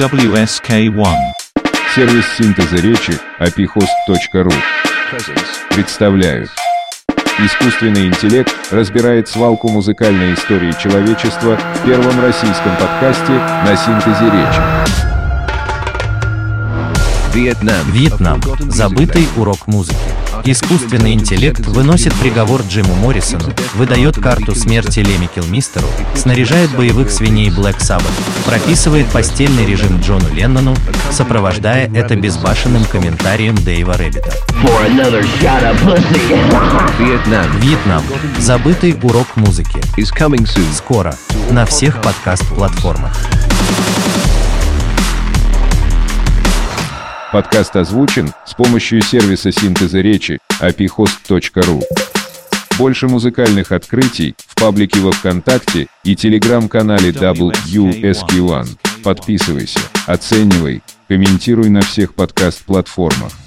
WSK1. Сервис синтеза речи aphost.ru представляют. Искусственный интеллект разбирает свалку музыкальной истории человечества в первом российском подкасте на синтезе речи. Вьетнам. Забытый урок музыки. Искусственный интеллект выносит приговор Джиму Моррисону, выдает карту смерти Лемми Килмистеру, снаряжает боевых свиней Black Sabbath, прописывает постельный режим Джону Леннону, сопровождая это безбашенным комментарием Дэйва Рэббита. Вьетнам. Забытый урок музыки. Скоро. На всех подкаст-платформах. Подкаст озвучен с помощью сервиса синтеза речи aphost.ru. Больше музыкальных открытий в паблике во ВКонтакте и телеграм-канале WSK1. Подписывайся, оценивай, комментируй на всех подкаст-платформах.